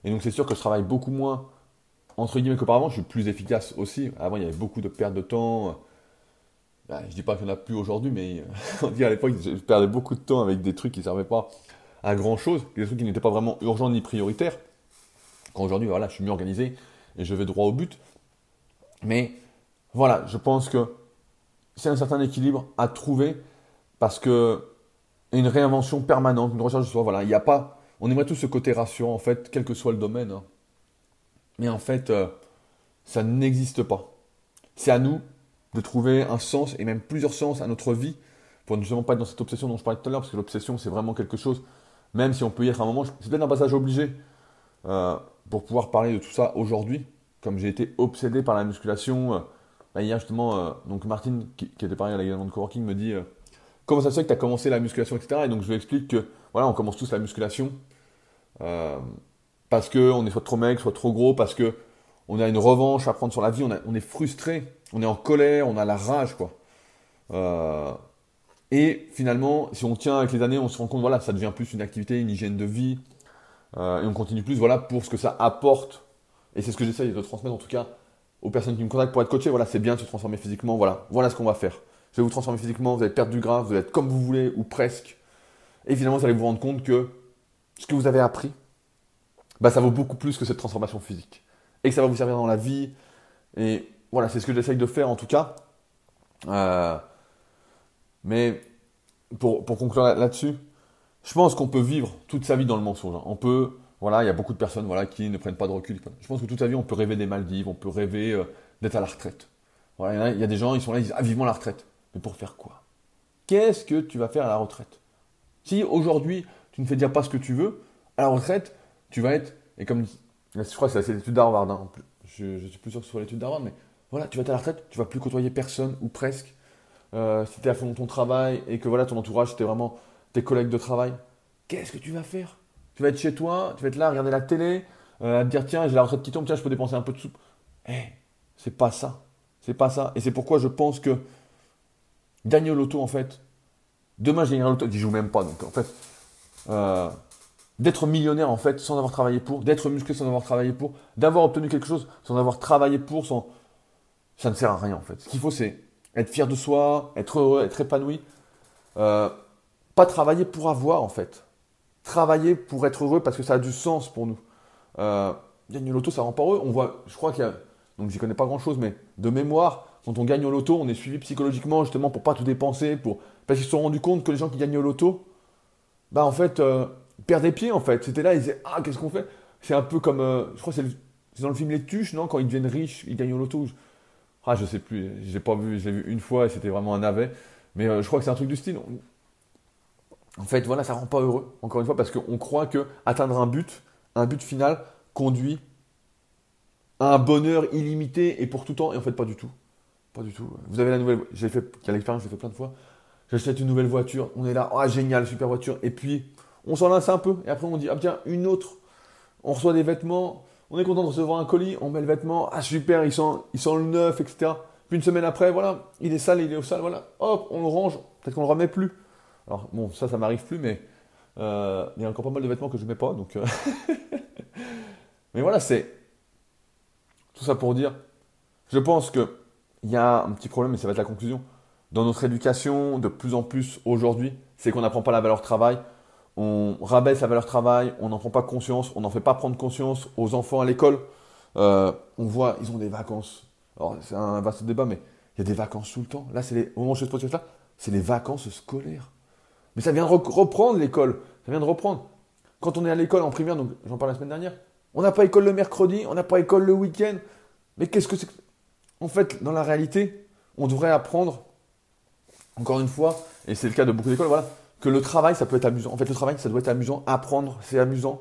Et donc c'est sûr que je travaille beaucoup moins, entre guillemets, qu'auparavant. Je suis plus efficace aussi. Avant, il y avait beaucoup de pertes de temps. Ben, je dis pas qu'il n'y en a plus aujourd'hui, mais on dit à l'époque, je perdais beaucoup de temps avec des trucs qui ne servaient pas à grand chose, des trucs qui n'étaient pas vraiment urgents ni prioritaires. Quand aujourd'hui, voilà, je suis mieux organisé et je vais droit au but. Mais voilà, je pense que c'est un certain équilibre à trouver parce que une réinvention permanente, une recherche de soi, voilà, il n'y a pas. On aimerait tous ce côté rassurant, en fait, quel que soit le domaine. Hein. Mais en fait, ça n'existe pas. C'est à nous de trouver un sens et même plusieurs sens à notre vie pour ne justement pas être dans cette obsession dont je parlais tout à l'heure, parce que l'obsession, c'est vraiment quelque chose, même si on peut y être à un moment, c'est peut-être un passage obligé euh, pour pouvoir parler de tout ça aujourd'hui, comme j'ai été obsédé par la musculation. Bah, hier, justement, donc Martine, qui était pareil à l'événement de coworking, me dit comment ça se fait que tu as commencé la musculation, etc. Et donc je lui explique que voilà, on commence tous la musculation euh, parce qu'on est soit trop maigre, soit trop gros, parce que on a une revanche à prendre sur la vie, on est frustré, on est en colère, on a la rage, quoi. Euh, et finalement, si on tient avec les années, on se rend compte, voilà, ça devient plus une activité, une hygiène de vie, et on continue plus, voilà, pour ce que ça apporte. Et c'est ce que j'essaye de transmettre, en tout cas, aux personnes qui me contactent pour être coachées. Voilà, c'est bien de se transformer physiquement, voilà ce qu'on va faire. Je vais vous transformer physiquement, vous allez perdre du gras, vous allez être comme vous voulez, ou presque. Et finalement, vous allez vous rendre compte que ce que vous avez appris, bah, ça vaut beaucoup plus que cette transformation physique. Et que ça va vous servir dans la vie. Et voilà, c'est ce que j'essaye de faire, en tout cas. Euh, mais pour conclure là-dessus, je pense qu'on peut vivre toute sa vie dans le mensonge. Hein. On peut, voilà, il y a beaucoup de personnes voilà, qui ne prennent pas de recul. Je pense que toute sa vie, on peut rêver des Maldives, on peut rêver d'être à la retraite. Voilà, il y a des gens, ils sont là, ils disent ah, vivement la retraite. Mais pour faire quoi? Qu'est-ce que tu vas faire à la retraite? Si aujourd'hui, tu ne fais déjà pas ce que tu veux, à la retraite, tu vas être, et comme je crois que c'est l'étude d'Harvard, hein, je suis plus sûr que ce soit l'étude d'Harvard, mais voilà, tu vas être à la retraite, tu vas plus côtoyer personne ou presque. Si tu es à fond dans ton travail et que voilà, ton entourage, c'était vraiment tes collègues de travail, qu'est-ce que tu vas faire? Tu vas être chez toi, tu vas être là à regarder la télé, à te dire tiens, j'ai la retraite qui tombe, tiens, je peux dépenser un peu de sous. Eh, c'est pas ça. C'est pas ça. Et c'est pourquoi je pense que gagner au loto, en fait, demain je gagnerai au loto, j'y joue même pas. Donc en fait, euh, d'être millionnaire, en fait, sans avoir travaillé pour, d'être musclé sans avoir travaillé pour, d'avoir obtenu quelque chose sans avoir travaillé pour, ça ne sert à rien, en fait. Ce qu'il faut, c'est être fier de soi, être heureux, être épanoui. Euh, Pas travailler pour avoir, en fait. Travailler pour être heureux parce que ça a du sens pour nous. Gagner au loto, ça rend pas heureux. On voit, je crois qu'il y a, donc j'y connais pas grand chose, mais de mémoire, quand on gagne au loto, on est suivi psychologiquement justement pour pas tout dépenser, parce qu'ils se sont rendus compte que les gens qui gagnent au loto, bah en fait, perdent des pieds en fait. C'était là, ils disaient ah qu'est-ce qu'on fait? C'est un peu comme, je crois que c'est dans le film Les Tuches, non? Quand ils deviennent riches, ils gagnent au loto. Ah je sais plus, j'ai pas vu, je l'ai vu une fois et c'était vraiment un navet. Mais je crois que c'est un truc du style. En fait, voilà, ça rend pas heureux, encore une fois, parce qu'on croit que atteindre un but final, conduit à un bonheur illimité et pour tout temps, et en fait, pas du tout. Pas du tout. Vous avez la nouvelle, j'ai fait, quelle expérience, j'ai fait plein de fois. J'achète une nouvelle voiture, on est là, ah génial, super voiture, et puis on s'en lasse un peu, et après on dit, ah tiens, une autre, on reçoit des vêtements, on est content de recevoir un colis, on met le vêtement, ah super, il sent le neuf, etc. Puis une semaine après, voilà, il est sale, il est au sale, voilà, hop, on le range, peut-être qu'on le remet plus. Alors bon, ça m'arrive plus, mais il y a encore pas mal de vêtements que je mets pas, donc. Mais voilà, c'est tout ça pour dire. Je pense que il y a un petit problème, et ça va être la conclusion. Dans notre éducation, de plus en plus aujourd'hui, c'est qu'on n'apprend pas la valeur travail. On rabaisse la valeur travail, on n'en prend pas conscience, on n'en fait pas prendre conscience aux enfants à l'école. On voit, ils ont des vacances. Alors, c'est un vaste débat, mais il y a des vacances tout le temps. Là, au moment où je fais ce podcast-là, c'est les vacances scolaires. Mais ça vient de reprendre l'école. Ça vient de reprendre. Quand on est à l'école en primaire, donc j'en parlais la semaine dernière, on n'a pas école le mercredi, on n'a pas école le week-end. Mais qu'est-ce que c'est que... En fait, dans la réalité, on devrait apprendre, encore une fois, et c'est le cas de beaucoup d'écoles, voilà, que le travail, ça peut être amusant. En fait, le travail, ça doit être amusant. Apprendre, c'est amusant.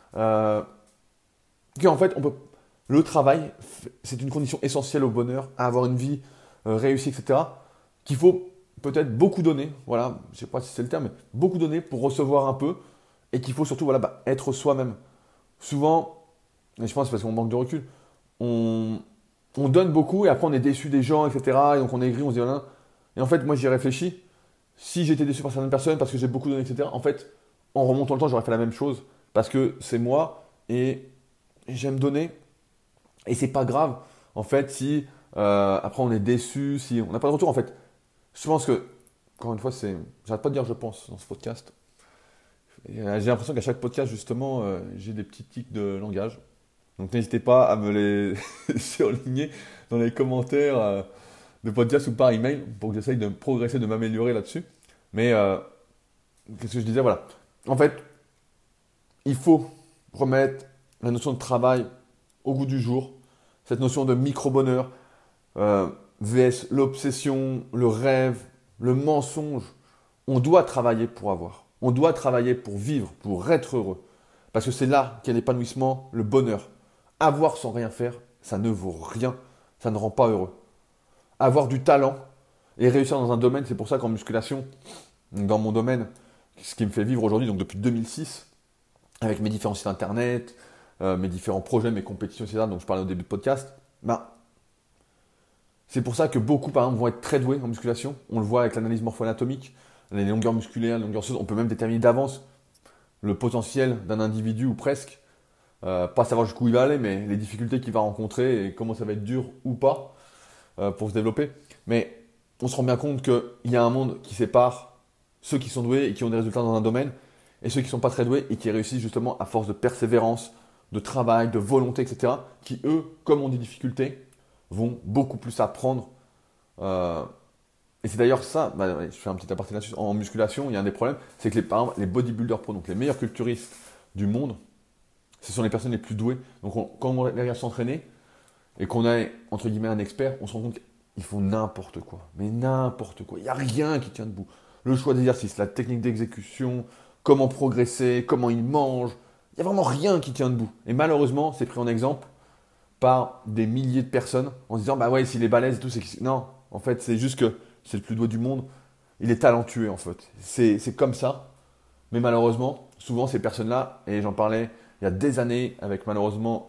En fait, le travail, c'est une condition essentielle au bonheur, à avoir une vie réussie, etc. Qu'il faut peut-être beaucoup donner, voilà, je ne sais pas si c'est le terme, mais beaucoup donner pour recevoir un peu, et qu'il faut surtout voilà, être soi-même. Souvent, et je pense que c'est parce qu'on manque de recul, on donne beaucoup et après on est déçu des gens, etc. Et donc on est aigri, on se dit voilà. Et en fait, moi j'y ai réfléchi. Si j'étais déçu par certaines personnes parce que j'ai beaucoup donné, etc., en fait, en remontant le temps, j'aurais fait la même chose parce que c'est moi et j'aime donner. Et c'est pas grave, en fait, si après on est déçu, si on n'a pas de retour. En fait, je pense que, encore une fois, j'arrête pas de dire je pense dans ce podcast. J'ai l'impression qu'à chaque podcast, justement, j'ai des petits tics de langage. Donc n'hésitez pas à me les surligner dans les commentaires de podcast ou par email pour que j'essaye de progresser, de m'améliorer là-dessus. Mais qu'est-ce que je disais? Voilà. En fait, il faut remettre la notion de travail au goût du jour. Cette notion de micro-bonheur, vs l'obsession, le rêve, le mensonge. On doit travailler pour avoir. On doit travailler pour vivre, pour être heureux. Parce que c'est là qu'est l'épanouissement, le bonheur. Avoir sans rien faire, ça ne vaut rien. Ça ne rend pas heureux. Avoir du talent et réussir dans un domaine, c'est pour ça qu'en musculation, dans mon domaine, ce qui me fait vivre aujourd'hui, donc depuis 2006, avec mes différents sites internet, mes différents projets, mes compétitions, etc., dont je parlais au début de podcast, c'est pour ça que beaucoup, par exemple, vont être très doués en musculation. On le voit avec l'analyse morpho-anatomique, les longueurs musculaires, les longueurs osseuses. On peut même déterminer d'avance le potentiel d'un individu ou presque. Pas savoir jusqu'où il va aller, mais les difficultés qu'il va rencontrer et comment ça va être dur ou pas pour se développer. Mais on se rend bien compte qu'il y a un monde qui sépare ceux qui sont doués et qui ont des résultats dans un domaine et ceux qui ne sont pas très doués et qui réussissent justement à force de persévérance, de travail, de volonté, etc. qui, eux, comme ont des difficultés, vont beaucoup plus apprendre. Et c'est d'ailleurs ça, je fais un petit aparté là-dessus, en musculation, il y a un des problèmes, c'est que par exemple, les bodybuilders pro, donc les meilleurs culturistes du monde, ce sont les personnes les plus douées. Donc quand on les regarde s'entraîner et qu'on a, entre guillemets, un expert, on se rend compte qu'ils font n'importe quoi. Mais n'importe quoi. Il n'y a rien qui tient debout. Le choix d'exercice, la technique d'exécution, comment progresser, comment ils mangent. Il n'y a vraiment rien qui tient debout. Et malheureusement, c'est pris en exemple par des milliers de personnes en se disant bah ouais, s'il est balèze et tout, c'est que... Non, en fait, c'est juste que c'est le plus doué du monde. Il est talentueux en fait. C'est comme ça. Mais malheureusement, souvent ces personnes-là, et j'en parlais il y a des années avec malheureusement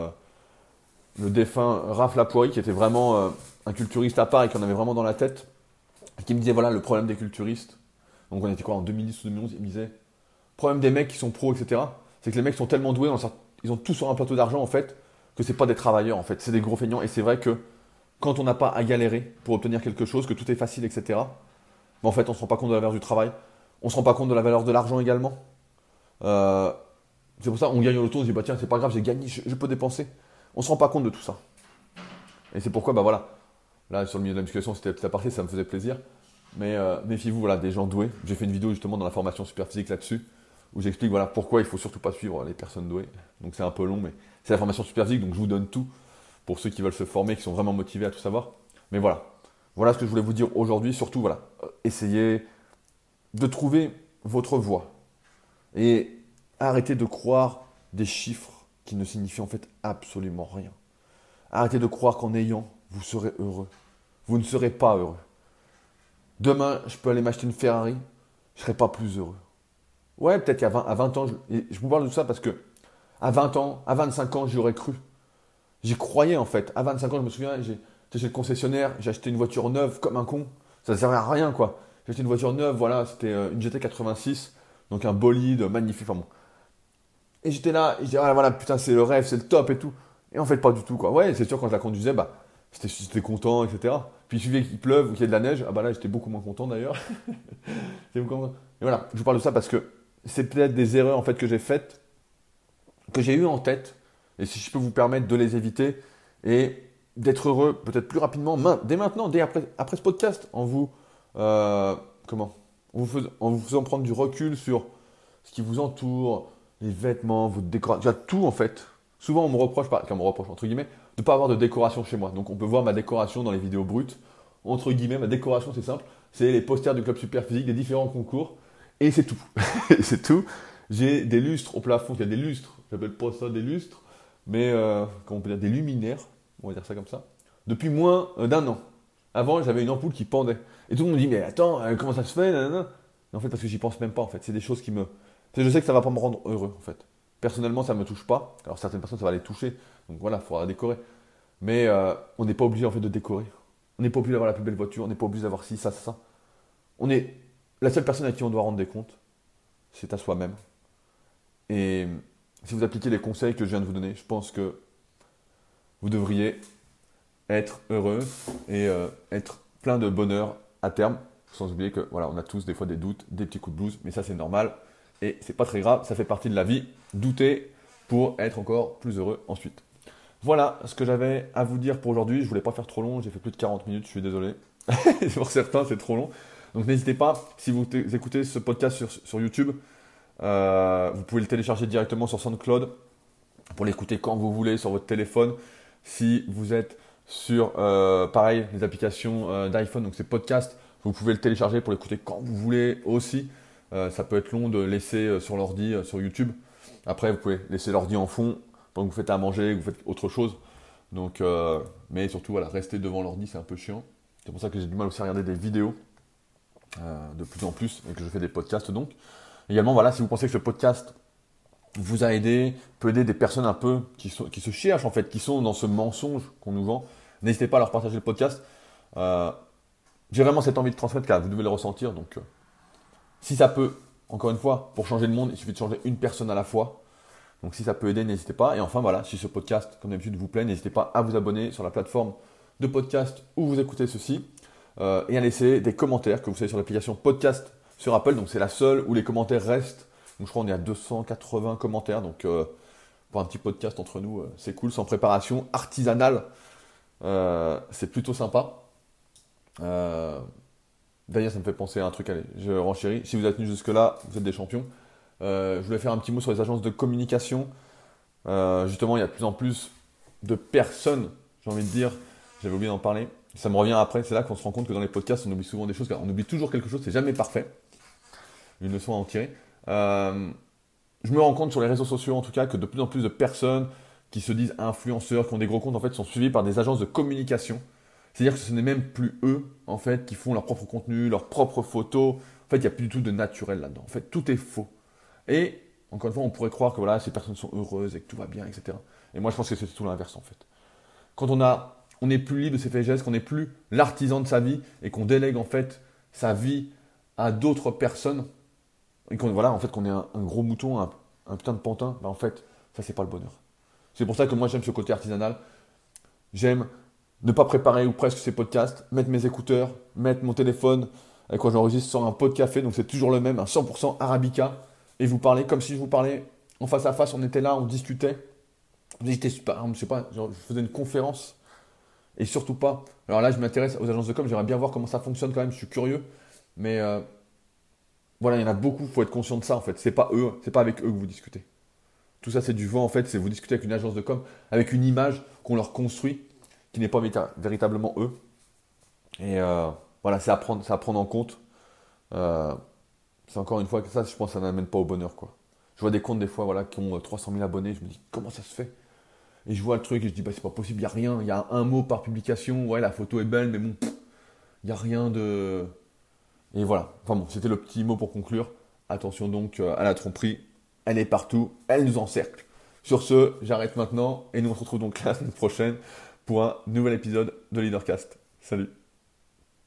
le défunt Raph Lapoirie, qui était vraiment un culturiste à part et qui en avait vraiment dans la tête, qui me disait voilà le problème des culturistes. Donc on était quoi en 2010 ou 2011, il me disait le problème des mecs qui sont pros, etc. C'est que les mecs sont tellement doués, ils ont tout sur un plateau d'argent en fait, que c'est pas des travailleurs en fait, c'est des gros feignants. Et c'est vrai que quand on n'a pas à galérer pour obtenir quelque chose, que tout est facile, etc. Mais en fait, on ne se rend pas compte de la valeur du travail. On ne se rend pas compte de la valeur de l'argent également. C'est pour ça qu'on gagne au loto, on se dit bah tiens, c'est pas grave, j'ai gagné, je peux dépenser. On ne se rend pas compte de tout ça. Et c'est pourquoi, bah voilà, là sur le milieu de la musculation, c'était petit aparté, ça me faisait plaisir. Mais méfiez-vous, voilà, des gens doués. J'ai fait une vidéo justement dans la formation Superphysique là-dessus, où j'explique voilà, pourquoi il ne faut surtout pas suivre les personnes douées. Donc c'est un peu long, mais c'est la formation Superphysique, donc je vous donne tout pour ceux qui veulent se former, qui sont vraiment motivés à tout savoir. Mais voilà, voilà ce que je voulais vous dire aujourd'hui. Surtout, voilà, essayez de trouver votre voie. Et arrêtez de croire des chiffres qui ne signifient en fait absolument rien. Arrêtez de croire qu'en ayant, vous serez heureux. Vous ne serez pas heureux. Demain, je peux aller m'acheter une Ferrari, je ne serai pas plus heureux. Ouais, peut-être qu'à 20 ans, je vous parle de ça parce que à 20 ans, à 25 ans, j'y aurais cru. J'y croyais en fait. À 25 ans, je me souviens, j'étais chez le concessionnaire, j'ai acheté une voiture neuve comme un con. Ça ne servait à rien quoi. J'ai acheté une voiture neuve, voilà, c'était une GT86, donc un bolide magnifique. Enfin bon. Et j'étais là, et je disais, ah voilà, putain, c'est le rêve, c'est le top et tout. Et en fait, pas du tout quoi. Ouais, c'est sûr, quand je la conduisais, bah, j'étais content, etc. Puis il suffisait qu'il pleuve ou qu'il y ait de la neige. Ah bah là, j'étais beaucoup moins content d'ailleurs. Et voilà, je vous parle de ça parce que c'est peut-être des erreurs en fait que j'ai faites, que j'ai eues en tête. Et si je peux vous permettre de les éviter et d'être heureux peut-être plus rapidement, dès maintenant, dès après ce podcast, en vous, en vous faisant prendre du recul sur ce qui vous entoure, les vêtements, votre décoration, tout en fait. Souvent on me reproche, entre guillemets, de ne pas avoir de décoration chez moi. Donc on peut voir ma décoration dans les vidéos brutes. Entre guillemets, ma décoration c'est simple, c'est les posters du club Superphysique, des différents concours, et c'est tout. C'est tout. J'ai des lustres au plafond, il y a des lustres, j'appelle pas ça des lustres, mais comment on peut dire, des luminaires, on va dire ça comme ça, depuis moins d'un an. Avant, j'avais une ampoule qui pendait. Et tout le monde me dit, mais attends, comment ça se fait nanana. Et en fait, parce que j'y pense même pas, en fait. C'est des choses qui me... Je sais que ça va pas me rendre heureux, en fait. Personnellement, ça me touche pas. Alors, certaines personnes, ça va les toucher. Donc voilà, il faudra décorer. Mais on n'est pas obligé, en fait, de décorer. On n'est pas obligé d'avoir la plus belle voiture. On n'est pas obligé d'avoir ci, ça, ça. On est... La seule personne à qui on doit rendre des comptes, c'est à soi-même. Et si vous appliquez les conseils que je viens de vous donner, je pense que vous devriez être heureux et être plein de bonheur à terme. Sans oublier que voilà, on a tous des fois des doutes, des petits coups de blues, mais ça c'est normal et c'est pas très grave, ça fait partie de la vie. Douter pour être encore plus heureux ensuite. Voilà ce que j'avais à vous dire pour aujourd'hui. Je voulais pas faire trop long, j'ai fait plus de 40 minutes, je suis désolé. Pour certains, c'est trop long. Donc n'hésitez pas, si vous écoutez ce podcast sur YouTube, vous pouvez le télécharger directement sur SoundCloud pour l'écouter quand vous voulez sur votre téléphone. Si vous êtes sur, pareil, les applications d'iPhone, donc c'est podcast, vous pouvez le télécharger pour l'écouter quand vous voulez aussi. Ça peut être long de laisser sur l'ordi, sur YouTube. Après, vous pouvez laisser l'ordi en fond pendant que vous faites à manger, que vous faites autre chose. Donc, mais surtout, voilà, rester devant l'ordi, c'est un peu chiant. C'est pour ça que j'ai du mal aussi à regarder des vidéos de plus en plus et que je fais des podcasts donc. Également, voilà, si vous pensez que ce podcast vous a aidé, peut aider des personnes un peu qui se cherchent en fait, qui sont dans ce mensonge qu'on nous vend, n'hésitez pas à leur partager le podcast. J'ai vraiment cette envie de transmettre car vous devez le ressentir. Donc, si ça peut, encore une fois, pour changer le monde, il suffit de changer une personne à la fois. Donc si ça peut aider, n'hésitez pas. Et enfin voilà, si ce podcast, comme d'habitude, vous plaît, n'hésitez pas à vous abonner sur la plateforme de podcast où vous écoutez ceci et à laisser des commentaires que vous savez sur l'application podcast sur Apple. Donc c'est la seule où les commentaires restent. Donc je crois qu'on est à 280 commentaires. Donc pour un petit podcast entre nous, c'est cool, sans préparation artisanale. C'est plutôt sympa. D'ailleurs, ça me fait penser à un truc. Allez, je renchéris. Si vous êtes venus jusque-là, vous êtes des champions. Je voulais faire un petit mot sur les agences de communication. Justement, il y a de plus en plus de personnes, j'ai envie de dire, j'avais oublié d'en parler, ça me revient après, c'est là qu'on se rend compte que dans les podcasts, on oublie souvent des choses, car on oublie toujours quelque chose, c'est jamais parfait. Une leçon à en tirer. Je me rends compte sur les réseaux sociaux, en tout cas, que de plus en plus de personnes qui se disent influenceurs, qui ont des gros comptes, en fait, sont suivis par des agences de communication. C'est-à-dire que ce n'est même plus eux, en fait, qui font leur propre contenu, leurs propres photos. En fait, il n'y a plus du tout de naturel là-dedans. En fait, tout est faux. Et, encore une fois, on pourrait croire que voilà, ces personnes sont heureuses et que tout va bien, etc. Et moi, je pense que c'est tout l'inverse, en fait. Quand on n'est plus libre de ses faits et gestes, qu'on n'est plus l'artisan de sa vie et qu'on délègue, en fait, sa vie à d'autres personnes, et qu'on voilà, en fait, qu'on est un gros mouton, un putain de pantin, en fait, ça, c'est pas le bonheur. C'est pour ça que moi, j'aime ce côté artisanal. J'aime ne pas préparer ou presque ces podcasts, mettre mes écouteurs, mettre mon téléphone avec quoi j'enregistre sur un pot de café, donc c'est toujours le même, un 100% Arabica, et vous parlez comme si je vous parlais en face à face, on était là, on discutait. J'étais super, je sais pas, genre, je faisais une conférence, et surtout pas. Alors là, je m'intéresse aux agences de com, j'aimerais bien voir comment ça fonctionne quand même, je suis curieux, mais voilà, il y en a beaucoup, il faut être conscient de ça en fait, c'est pas eux, c'est pas avec eux que vous discutez. Tout ça, c'est du vent en fait, c'est vous discutez avec une agence de com, avec une image qu'on leur construit, qui n'est pas véritablement eux. Et voilà, c'est à prendre en compte. C'est encore une fois que ça, je pense que ça n'amène pas au bonheur, quoi. Je vois des comptes des fois voilà, qui ont 300 000 abonnés, je me dis comment ça se fait? Et je vois le truc et je dis bah c'est pas possible, il n'y a rien, il y a un mot par publication, ouais la photo est belle, mais bon, il n'y a rien de... Et voilà, enfin bon, c'était le petit mot pour conclure. Attention donc à la tromperie, elle est partout, elle nous encercle. Sur ce, j'arrête maintenant et nous on se retrouve donc la semaine prochaine pour un nouvel épisode de Leadercast. Salut!